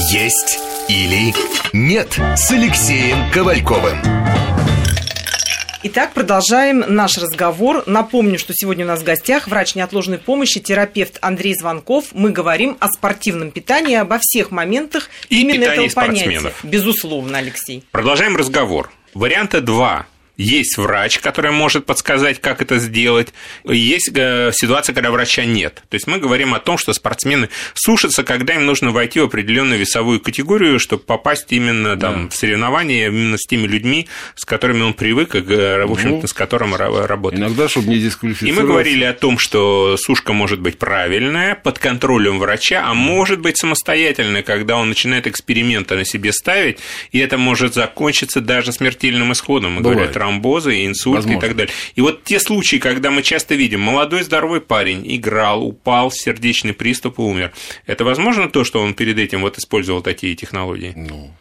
Есть или нет с Алексеем Ковальковым. Итак, продолжаем наш разговор. Напомню, что сегодня у нас в гостях врач неотложной помощи, терапевт Андрей Звонков. Мы говорим о спортивном питании, обо всех моментах и именно этого спортсменов. понятия. Безусловно, Алексей. Продолжаем разговор. Варианта 2. Есть врач, который может подсказать, как это сделать. Есть ситуация, когда врача нет. То есть мы говорим о том, что спортсмены сушатся, когда им нужно войти в определенную весовую категорию, чтобы попасть именно в соревнования именно с теми людьми, с которыми он привык, в общем-то, с которыми работает. Иногда, чтобы не дисквалифицироваться. И мы говорили о том, что сушка может быть правильная, под контролем врача, а может быть самостоятельная, когда он начинает эксперименты на себе ставить, и это может закончиться даже смертельным исходом. Мы говорим тромбозы, инсульты и так далее. И вот те случаи, когда мы часто видим, молодой здоровый парень играл, упал, сердечный приступ и умер. Это возможно то, что он перед этим вот использовал такие технологии?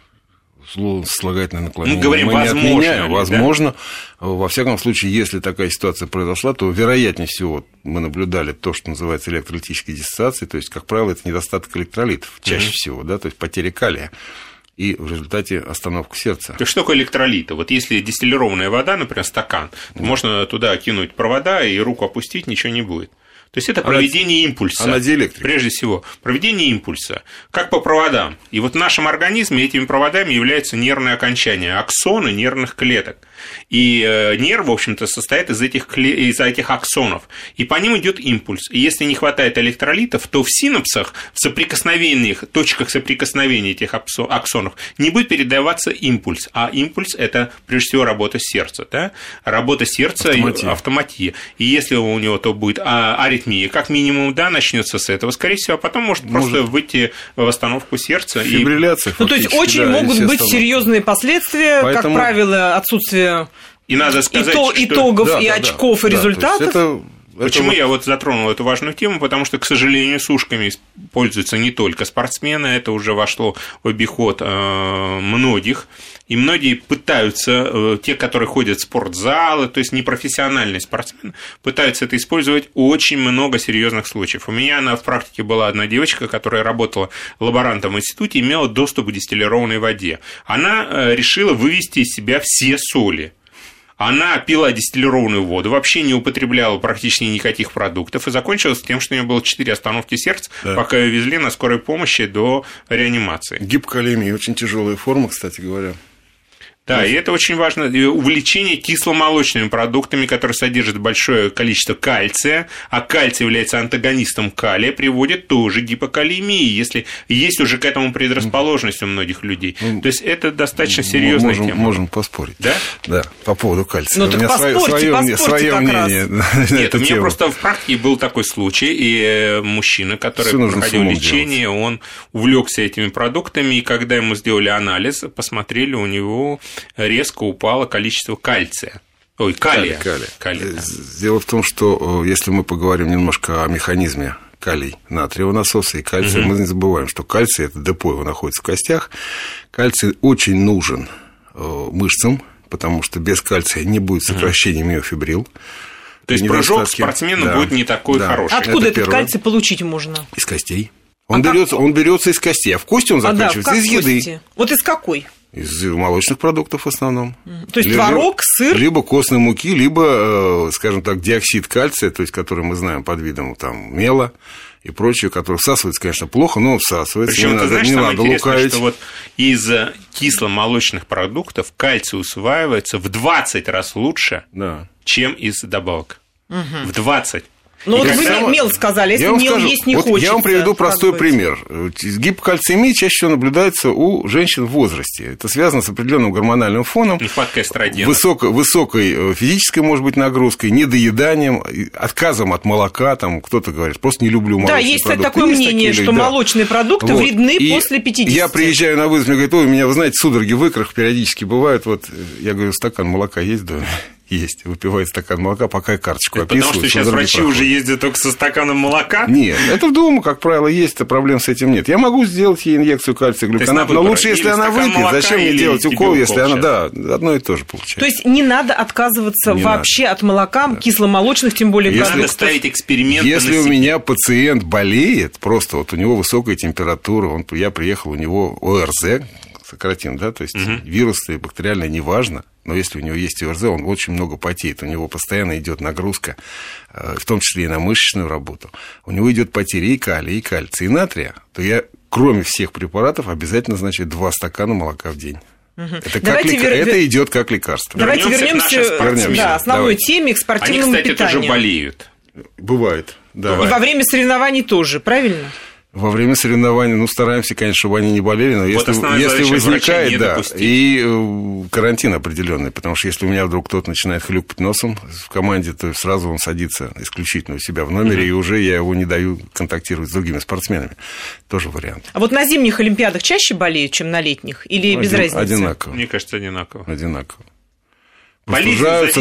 Слагательное наклонение. Мы говорим, возможно. Возможно. Да? Во всяком случае, если такая ситуация произошла, то вероятнее всего мы наблюдали то, что называется электролитической диссоциацией, то есть, как правило, это недостаток электролитов, чаще всего, да, то есть потеря калия. И в результате остановку сердца. То есть, что такое электролиты? Вот если дистиллированная вода, например, стакан, то можно туда кинуть провода и руку опустить, ничего не будет. То есть, это проведение импульса. Она диэлектрика. Прежде всего, проведение импульса, как по проводам. И вот в нашем организме этими проводами являются нервные окончания, аксоны нервных клеток. И нерв, в общем-то, состоит из этих аксонов. И по ним идет импульс. И если не хватает электролитов, то в синапсах, в соприкосновениях, точках соприкосновения этих аксонов не будет передаваться импульс. А импульс – это, прежде всего, работа сердца. Да? Работа сердца и автоматия. И если у него то будет аритмия, как минимум, да, начнется с этого, скорее всего, а потом может просто выйти в остановку сердца. Фибрилляция. То есть, очень могут быть серьезные последствия, как правило, отсутствие и надо сказать, итогов и очков и результатов. Почему я вот затронул эту важную тему? Потому что, к сожалению, сушками пользуются не только спортсмены, это уже вошло в обиход многих, и многие пытаются, те, которые ходят в спортзалы, то есть непрофессиональные спортсмены, пытаются это использовать. Очень много серьезных случаев. У меня в практике была одна девочка, которая работала лаборантом в институте, имела доступ к дистиллированной воде. Она решила вывести из себя все соли. Она пила дистиллированную воду, вообще не употребляла практически никаких продуктов, и закончилось тем, что у нее было 4 остановки сердца, пока ее везли на скорой помощи до реанимации. Гипокалемия, очень тяжелая форма, кстати говоря. Да, и это очень важно. Увлечение кисломолочными продуктами, которые содержат большое количество кальция, а кальций является антагонистом калия, приводит тоже к гипокалемии, если есть уже к этому предрасположенность у многих людей. То есть это достаточно серьезная тема. Можем поспорить. Да? Да, по поводу кальция. Ну, так свое мнение. Нет, у меня просто в практике был такой случай, и мужчина, который проходил лечение, он увлекся этими продуктами, и когда ему сделали анализ, посмотрели, у него резко упало количество кальция. Ой, калия. Дело в том, что если мы поговорим немножко о механизме калий-натриевого насоса и кальция, мы не забываем, что кальций – это депо, его находится в костях. Кальций очень нужен мышцам, потому что без кальция не будет сокращения миофибрил. То есть прыжок спортсмена будет не такой хороший. Откуда этот кальций получить можно? Из костей. Он берется из костей, а в кости он заканчивается из еды. Вот из какой? Из молочных продуктов в основном. То есть творог, сыр? Либо костной муки, либо, скажем так, диоксид кальция, то есть который мы знаем под видом мела и прочее, который всасывается, конечно, плохо, но всасывается. Причем, ты знаешь, самое интересное, что вот из кисломолочных продуктов кальций усваивается в 20 раз лучше, чем из добавок. В 20. Ну, вот вы мел сказали, если мел есть не хочется. Я вам приведу простой пример. Гипокальцемия чаще всего наблюдается у женщин в возрасте. Это связано с определенным гормональным фоном. Нехваткой эстрогена. Высокой физической, может быть, нагрузкой, недоеданием, отказом от молока. Там кто-то говорит, просто не люблю молочные продукты. Да, есть такое мнение, что молочные продукты вредны после 50. Я приезжаю на вызов, мне говорят, ой, у меня, вы знаете, судороги в икрах периодически бывают. Вот я говорю, стакан молока есть в доме? есть, выпивает стакан молока, пока я карточку это описываю. Потому что сейчас врачи уже ездят только со стаканом молока? Нет, это дома, как правило, есть, проблем с этим нет. Я могу сделать ей инъекцию кальция глюконата, но лучше, если она выпьет, зачем мне делать укол, если она, да, одно и то же получается. То есть не надо отказываться вообще от молока, кисломолочных, тем более продуктов. Надо ставить эксперименты. Если у меня пациент болеет, просто вот у него высокая температура, я приехал, у него ОРЗ, сократим, да, то есть вирусное, бактериальное, неважно, но если у него есть ОРЗ, он очень много потеет, у него постоянно идет нагрузка, в том числе и на мышечную работу, у него идет потеря и калия, и кальция, и натрия, то я, кроме всех препаратов, обязательно, значит, 2 стакана молока в день. Это идет как лекарство. Давайте вернемся к основной теме, к спортивному питанию. Они, кстати, тоже болеют. Бывает, да. И во время соревнований тоже, правильно? Во время соревнований, стараемся, конечно, чтобы они не болели, но если возникает, да, и карантин определенный, потому что если у меня вдруг кто-то начинает хлюпать носом в команде, то сразу он садится исключительно у себя в номере, и уже я его не даю контактировать с другими спортсменами. Тоже вариант. А вот на зимних Олимпиадах чаще болеют, чем на летних? Или без разницы? Одинаково. Мне кажется, одинаково. Сужаются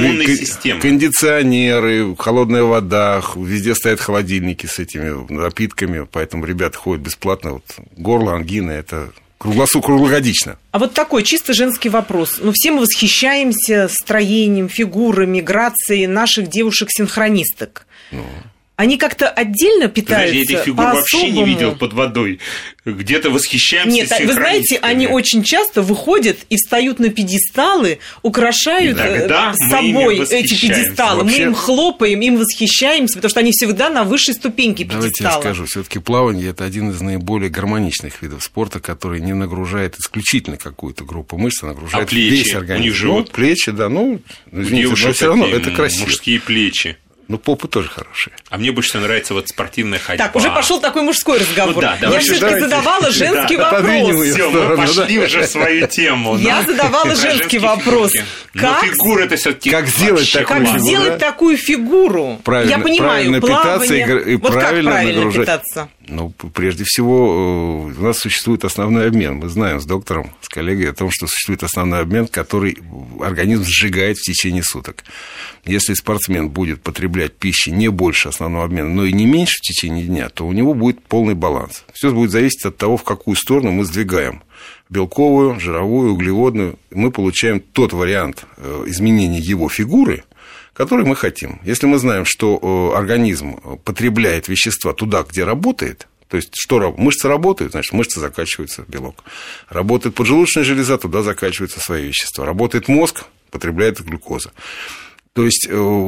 кондиционеры, холодная вода, везде стоят холодильники с этими напитками, поэтому ребята ходят бесплатно. Вот, горло, ангина, это круглогодично. А вот такой чисто женский вопрос. Все мы восхищаемся строением, фигурами, грацией наших девушек-синхронисток. Они как-то отдельно питаются. Я этих фигур вообще не видел под водой. Где-то восхищаемся. Нет, вы знаете, они очень часто выходят и встают на пьедесталы, украшают собой эти пьедесталы. Вообще... Мы им хлопаем, им восхищаемся, потому что они всегда на высшей ступеньке пьедестала. Давайте я скажу, все-таки плавание – это один из наиболее гармоничных видов спорта, который не нагружает исключительно какую-то группу мышц, а нагружает весь организм. У них живот? Плечи, да, извините, но все равно это красиво. Мужские плечи. Попы тоже хорошие. А мне больше всего нравится спортивная ходьба. Так, уже пошел такой мужской разговор. Я все-таки задавала женский вопрос. Все, мы пошли уже в свою тему. Я задавала женский вопрос. Фигура это все-таки. Как сделать такую фигуру? Я понимаю, плавание. Вот как правильно питаться? Прежде всего, у нас существует основной обмен. Мы знаем с доктором, с коллегой о том, что существует основной обмен, который организм сжигает в течение суток. Если спортсмен будет потреблять пищи не больше основного обмена, но и не меньше в течение дня, то у него будет полный баланс. Все будет зависеть от того, в какую сторону мы сдвигаем. Белковую, жировую, углеводную. Мы получаем тот вариант изменения его фигуры, который мы хотим. Если мы знаем, что организм потребляет вещества туда, где работает, то есть мышцы работают, значит, мышцы закачиваются белок. Работает поджелудочная железа, туда закачиваются свои вещества. Работает мозг, потребляет глюкоза. То есть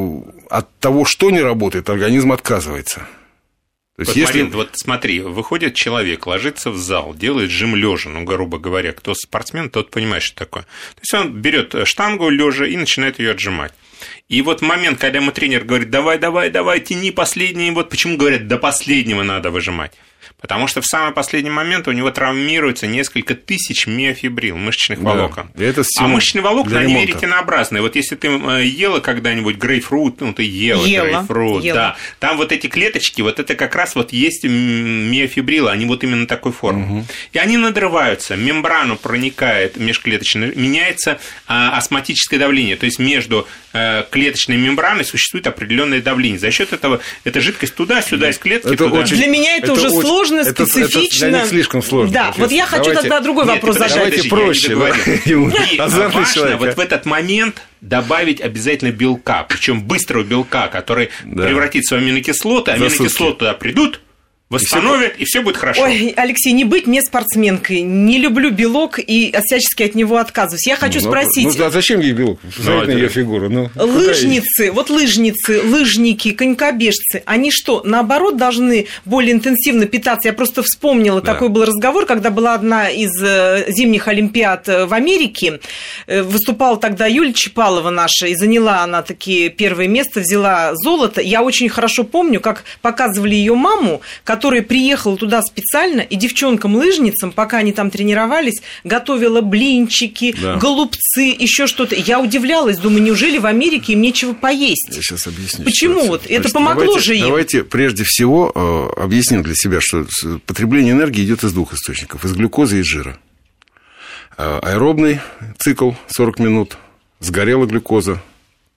от того, что не работает, организм отказывается. То есть, смотри, выходит человек, ложится в зал, делает жим лежа, грубо говоря, кто спортсмен, тот понимает, что такое. То есть он берет штангу лежа и начинает ее отжимать. И момент, когда ему тренер говорит: давай, тяни последний, почему говорят, до последнего надо выжимать. Потому что в самый последний момент у него травмируется несколько тысяч миофибрил, мышечных волокон. А мышечные волокна, они веретенообразные. Если ты ела когда-нибудь грейпфрут, ты ела грейпфрут, да, там эти клеточки, это как раз есть миофибрилы, они именно такой формы. И они надрываются, мембрану проникает межклеточно, меняется осмотическое давление, то есть между клеточной мембраной существует определенное давление. За счет этого эта жидкость туда-сюда, из клетки туда. Для меня это уже сложно, специфично. Это для них слишком сложно. Да, я хочу тогда другой вопрос задать. Давайте проще. И важно в этот момент добавить обязательно белка, причем быстрого белка, который превратится в аминокислоты, аминокислоты туда придут, восстановят, и все будет хорошо. Ой, Алексей, не быть мне спортсменкой. Не люблю белок и всячески от него отказываюсь. Я хочу спросить... а зачем ей белок? Посмотрите на ее фигуру. Лыжницы, лыжницы, лыжники, конькобежцы, они что, наоборот, должны более интенсивно питаться? Я просто вспомнила, такой был разговор, когда была одна из зимних Олимпиад в Америке. Выступала тогда Юлия Чапалова наша, и заняла она таки первое место, взяла золото. Я очень хорошо помню, как показывали ее маму, которая приехала туда специально, и девчонкам-лыжницам, пока они там тренировались, готовила блинчики, голубцы, еще что-то. Я удивлялась, думаю, неужели в Америке им нечего поесть? Я сейчас объясню. Почему? Это помогло же им. Давайте прежде всего объясним для себя, что потребление энергии идет из двух источников: из глюкозы и из жира. Аэробный цикл 40 минут, сгорела глюкоза,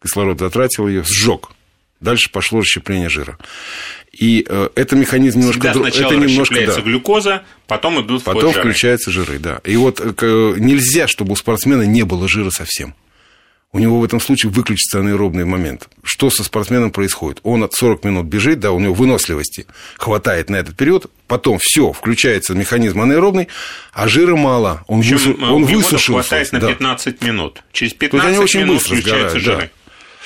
кислород затратил ее, сжег. Дальше пошло расщепление жира. И это механизм немножко... Сначала расщепляется глюкоза, потом идут в ход жиры. Потом включаются жиры, да. И вот нельзя, чтобы у спортсмена не было жира совсем. У него в этом случае выключится анаэробный момент. Что со спортсменом происходит? Он от 40 минут бежит, да, у него выносливости хватает на этот период, потом все, включается механизм анаэробный, а жира мало. Он высушился. Хватает на 15 минут. Через 15 минут включаются жиры. Да.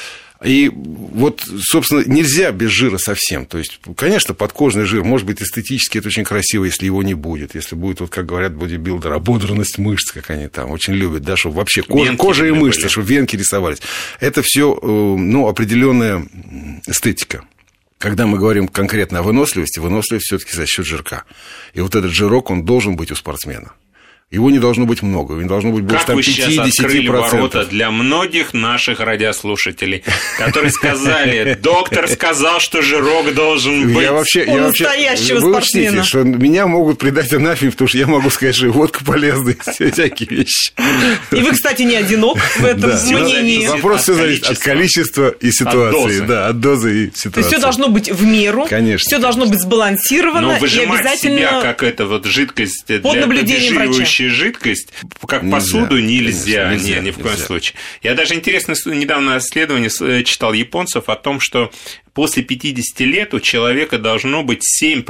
И вот, собственно, нельзя без жира совсем. То есть, конечно, подкожный жир, может быть, эстетически это очень красиво, если его не будет. Если будет, вот как говорят бодибилдеры, ободранность мышц, как они там очень любят, да, чтобы вообще кожа и мышцы, были. Чтобы венки рисовались. Это все, определенная эстетика. Когда мы говорим конкретно о выносливости, выносливость все-таки за счет жирка. И вот этот жирок, он должен быть у спортсмена. Его не должно быть много, его не должно быть больше 50%. Как вы сейчас открыли ворота для многих наших радиослушателей, которые сказали, доктор сказал, что жирок должен быть у настоящего спортсмена. Вы учтите, что меня могут предать анафеме, потому что я могу сказать, что водка полезная, всякие вещи. И вы, кстати, не одинок в этом мнении. Вопрос все зависит от количества и ситуации, от дозы и ситуации. То есть все должно быть в меру, конечно, все должно быть сбалансировано. Но выжимать себя, как это вот жидкость для обезжиривающей жидкость, как посуду, нельзя, ни в коем случае. Я даже интересно недавно исследование читал японцев о том, что после 50 лет у человека должно быть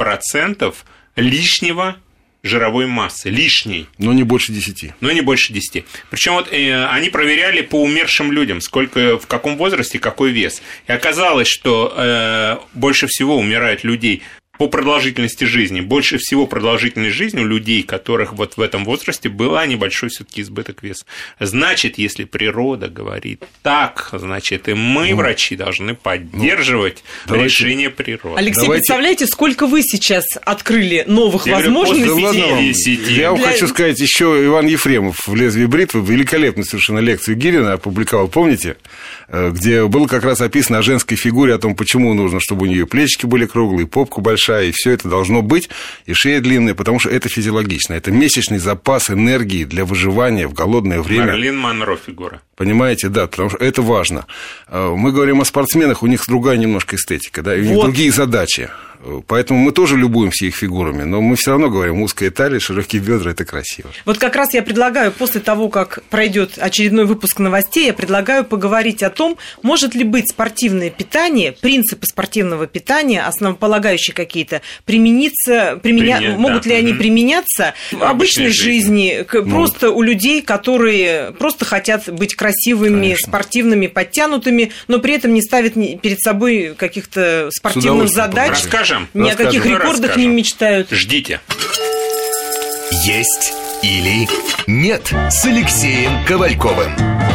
7% лишнего жировой массы, лишней. Но не больше 10. Причем вот они проверяли по умершим людям, в каком возрасте, какой вес. И оказалось, что больше всего умирают людей по продолжительности жизни. Больше всего продолжительность жизни у людей, которых вот в этом возрасте была небольшой все-таки избыток веса. Значит, если природа говорит так, значит, и мы, врачи, должны поддерживать решение природы. Алексей, представляете, сколько вы сейчас открыли новых возможностей? Я вам хочу сказать, еще Иван Ефремов в «Лезвии бритвы» великолепную совершенно лекцию Гирина опубликовал, помните? Где было как раз описано о женской фигуре, о том, почему нужно, чтобы у нее плечики были круглые, попка большая, и все это должно быть, и шея длинная, потому что это физиологично. Это месячный запас энергии для выживания в голодное время. Мэрилин Монро фигура. Понимаете, да, потому что это важно. Мы говорим о спортсменах, у них другая немножко эстетика, да, и у них другие задачи. Поэтому мы тоже любуемся их фигурами, но мы все равно говорим, узкая талия, широкие бедра, это красиво. Вот как раз я предлагаю, после того, как пройдет очередной выпуск новостей, я предлагаю поговорить о том, может ли быть спортивное питание, принципы спортивного питания, основополагающие какие-то, могут ли они применяться в обычной жизни, просто у людей, которые просто хотят быть красивыми, конечно, спортивными, подтянутыми, но при этом не ставят перед собой каких-то спортивных задач. Ни о каких рекордах не мечтают. Ждите. Есть или нет с Алексеем Ковальковым.